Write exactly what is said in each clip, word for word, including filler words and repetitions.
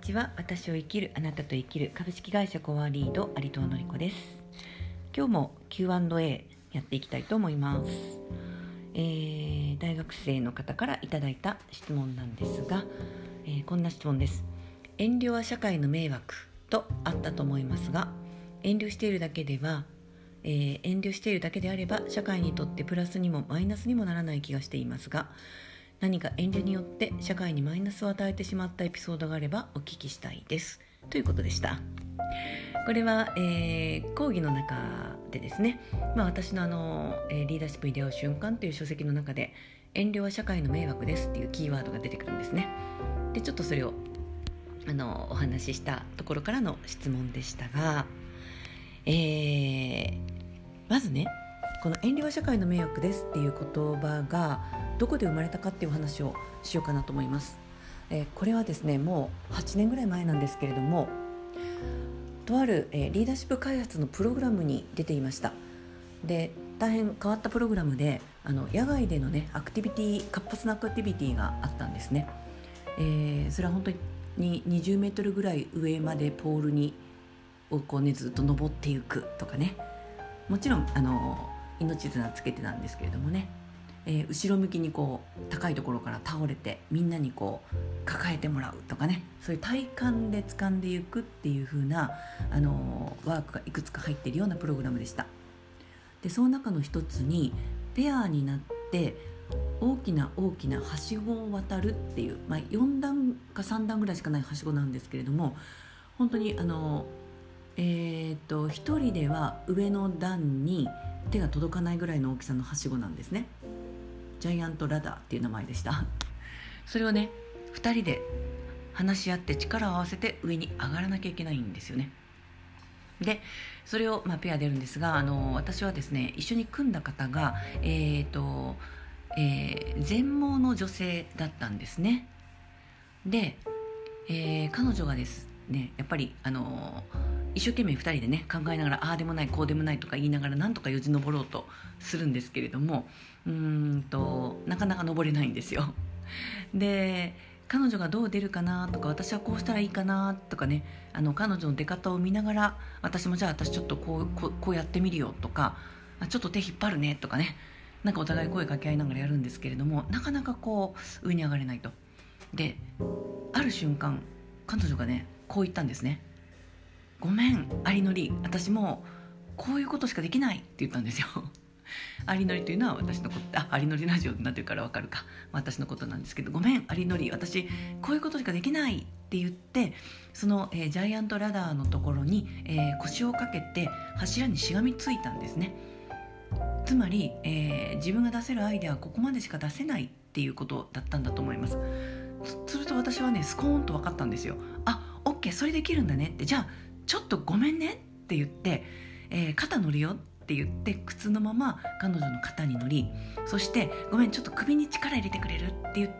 ちは。私を生きるあなたと生きる株式会社コアリード有藤典子です。今日も キューアンドエー やっていきたいと思います。えー、大学生の方からいただいた質問なんですが、えー、こんな質問です。遠慮は社会の迷惑とあったと思いますが、遠慮しているだけでは、えー、遠慮しているだけであれば社会にとってプラスにもマイナスにもならない気がしていますが、何か遠慮によって社会にマイナスを与えてしまったエピソードがあればお聞きしたいですということでした。これは、えー、講義の中でですね、まあ、私のあの、えー、リーダーシップに出会う瞬間という書籍の中で、遠慮は社会の迷惑ですっていうキーワードが出てくるんですね。でちょっとそれをあのお話ししたところからの質問でしたが、えー、まずね、この遠慮は社会の迷惑ですっていう言葉がどこで生まれたかっていう話をしようかなと思います。えー、これはですね、もうはちねんぐらい前なんですけれども、とある、えー、リーダーシップ開発のプログラムに出ていました。で大変変わったプログラムで、あの野外でのねアクティビティ活発なアクティビティがあったんですね。えー、それは本当ににじゅうメートルぐらい上までポールにをこう、ね、ずっと登っていくとかね、もちろんあの命綱つけてなんですけれどもね、えー、後ろ向きにこう高いところから倒れてみんなにこう抱えてもらうとかね、そういう体感で掴んでいくっていう風なあのワークがいくつか入っているようなプログラムでした。でその中の一つにペアになって大きな大きなはしごを渡るっていう、まあ、よん段かさん段ぐらいしかないはしごなんですけれども、本当にあのえー、とひとりでは上の段に手が届かないぐらいの大きさのはしごなんですね。ジャイアントラダーっていう名前でした。それをねふたりで話し合って力を合わせて上に上がらなきゃいけないんですよね。でそれを、まあ、ペアでやるんですが、あの私はですね、一緒に組んだ方が、えーとえー、全盲の女性だったんですね。で、えー、彼女がですね、やっぱりあの一生懸命ふたりでね考えながら、ああでもないこうでもないとか言いながらなんとかよじ登ろうとするんですけれども、うーんとなかなか登れないんですよ。で彼女がどう出るかなとか、私はこうしたらいいかなとかね、あの彼女の出方を見ながら、私もじゃあ私ちょっとこう、こう、こうやってみるよとか、あちょっと手引っ張るねとかね、なんかお互い声かけ合いながらやるんですけれども、なかなかこう上に上がれないと。である瞬間彼女がねこう言ったんですね。ごめんありのり、私もうこういうことしかできないって言ったんですよ。ありのりというのは私のこと、あ、ありのりラジオになってるからわかるか、私のことなんですけど、ごめんありのり、私こういうことしかできないって言って、その、えー、ジャイアントラダーのところに、えー、腰をかけて柱にしがみついたんですね。つまり、えー、自分が出せるアイデアはここまでしか出せないっていうことだったんだと思います。すると私はねスコーンと分かったんですよ。あ、オッケー、それできるんだねって、じゃあちょっとごめんねって言って、えー、肩乗るよって言って靴のまま彼女の肩に乗り、そしてごめんちょっと首に力入れてくれるって言って、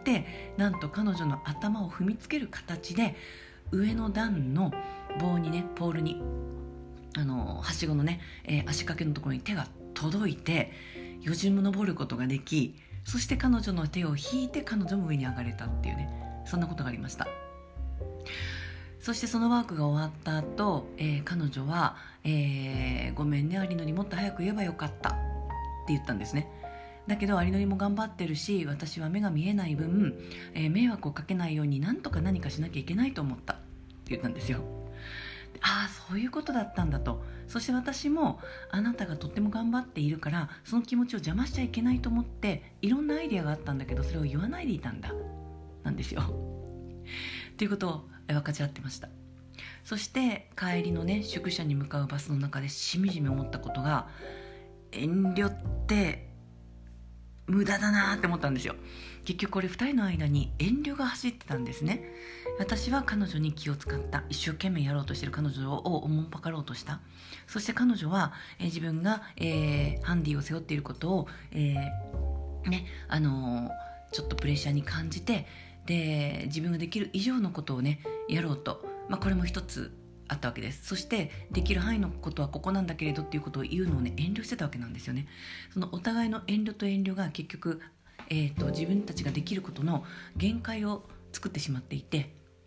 なんと彼女の頭を踏みつける形で上の段の棒にね、ポールにあのはしごのね、えー、足掛けのところに手が届いてよじ登ることができ、そして彼女の手を引いて彼女も上に上がれたっていうね、そんなことがありました。そしてそのワークが終わった後、えー、彼女は、えー、ごめんね有野にもっと早く言えばよかったって言ったんですね。だけど有野にも頑張ってるし、私は目が見えない分、えー、迷惑をかけないように何とか何かしなきゃいけないと思ったって言ったんですよ。ああ、そういうことだったんだと。そして私もあなたがとっても頑張っているからその気持ちを邪魔しちゃいけないと思って、いろんなアイデアがあったんだけどそれを言わないでいたんだなんですよ。ということを分かち合ってました。そして帰りのね宿舎に向かうバスの中でしみじみ思ったことが、遠慮って無駄だなって思ったんですよ。結局これふたりの間に遠慮が走ってたんですね。私は彼女に気を使った、一生懸命やろうとしている彼女をおもんぱかろうとした。そして彼女は、えー、自分が、えー、ハンディを背負っていることを、えーねあのー、ちょっとプレッシャーに感じて、で自分ができる以上のことをねやろうと、まあ、これも一つあったわけです。そしてできる範囲のことはここなんだけれどっていうことを言うのをね遠慮してたわけなんですよね。そのお互いの遠慮と遠慮が結局、えーと、自分たちができることの限界を作ってしまっていて、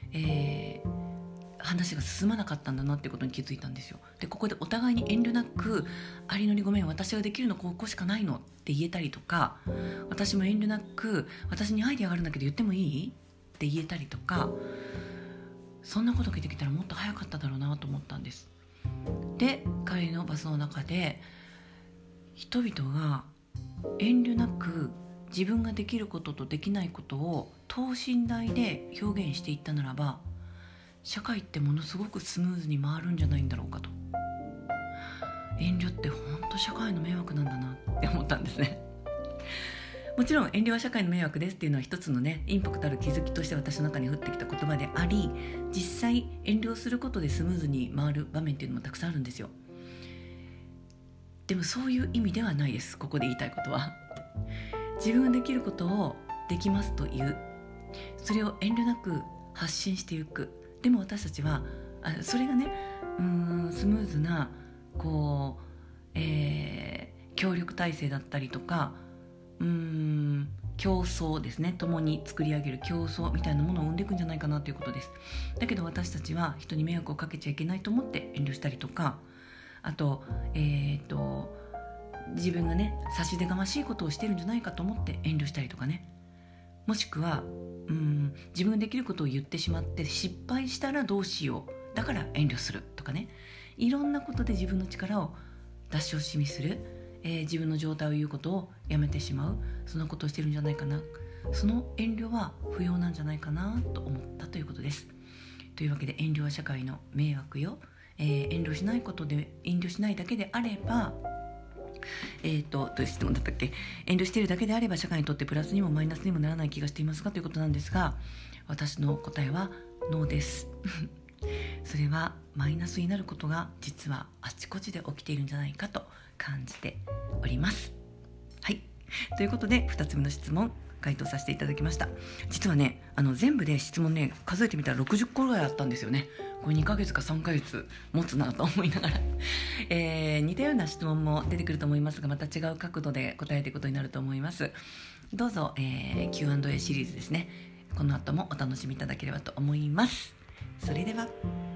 えー話が進まなかったんだなっていうことに気づいたんですよ。でここでお互いに遠慮なくありのりごめん私ができるのここしかないのって言えたりとか、私も遠慮なく私にアイデアがあるんだけど言ってもいいって言えたりとか、そんなこと聞いてきたらもっと早かっただろうなと思ったんです。で帰りのバスの中で人々が遠慮なく自分ができることとできないことを等身大で表現していったならば、社会ってものすごくスムーズに回るんじゃないんだろうかと。遠慮って本当社会の迷惑なんだなって思ったんですね。もちろん遠慮は社会の迷惑ですっていうのは一つのねインパクトある気づきとして私の中に降ってきた言葉であり、実際遠慮することでスムーズに回る場面っていうのもたくさんあるんですよ。でもそういう意味ではないです。ここで言いたいことは、自分ができることをできますという、それを遠慮なく発信していく。でも私たちはあそれがねうーんスムーズなこう、えー、協力体制だったりとか、うーん競争ですね、共に作り上げる競争みたいなものを生んでいくんじゃないかなということです。だけど私たちは人に迷惑をかけちゃいけないと思って遠慮したりとか、あとえー、っと自分がね差し出がましいことをしてるんじゃないかと思って遠慮したりとかね、もしくはうん自分ができることを言ってしまって失敗したらどうしようだから遠慮するとかね、いろんなことで自分の力を出し惜しみする、えー、自分の状態を言うことをやめてしまう、そんなことをしてるんじゃないかな。その遠慮は不要なんじゃないかなと思ったということです。というわけで遠慮は社会の迷惑よ、えー、遠慮しないことで遠慮しないだけであればえーと、どういう質問だったっけ。遠慮しているだけであれば社会にとってプラスにもマイナスにもならない気がしていますかということなんですが、私の答えはノーですそれはマイナスになることが実はあちこちで起きているんじゃないかと感じております。はい、ということでふたつめの質問回答させていただきました。実はねあの全部で質問ね数えてみたらろくじゅっこぐらいあったんですよね。これにかげつかさんかげつ持つなと思いながら、えー、似たような質問も出てくると思いますが、また違う角度で答えていくことになると思います。どうぞ、えー、キューアンドエー シリーズですね、この後もお楽しみいただければと思います。それでは。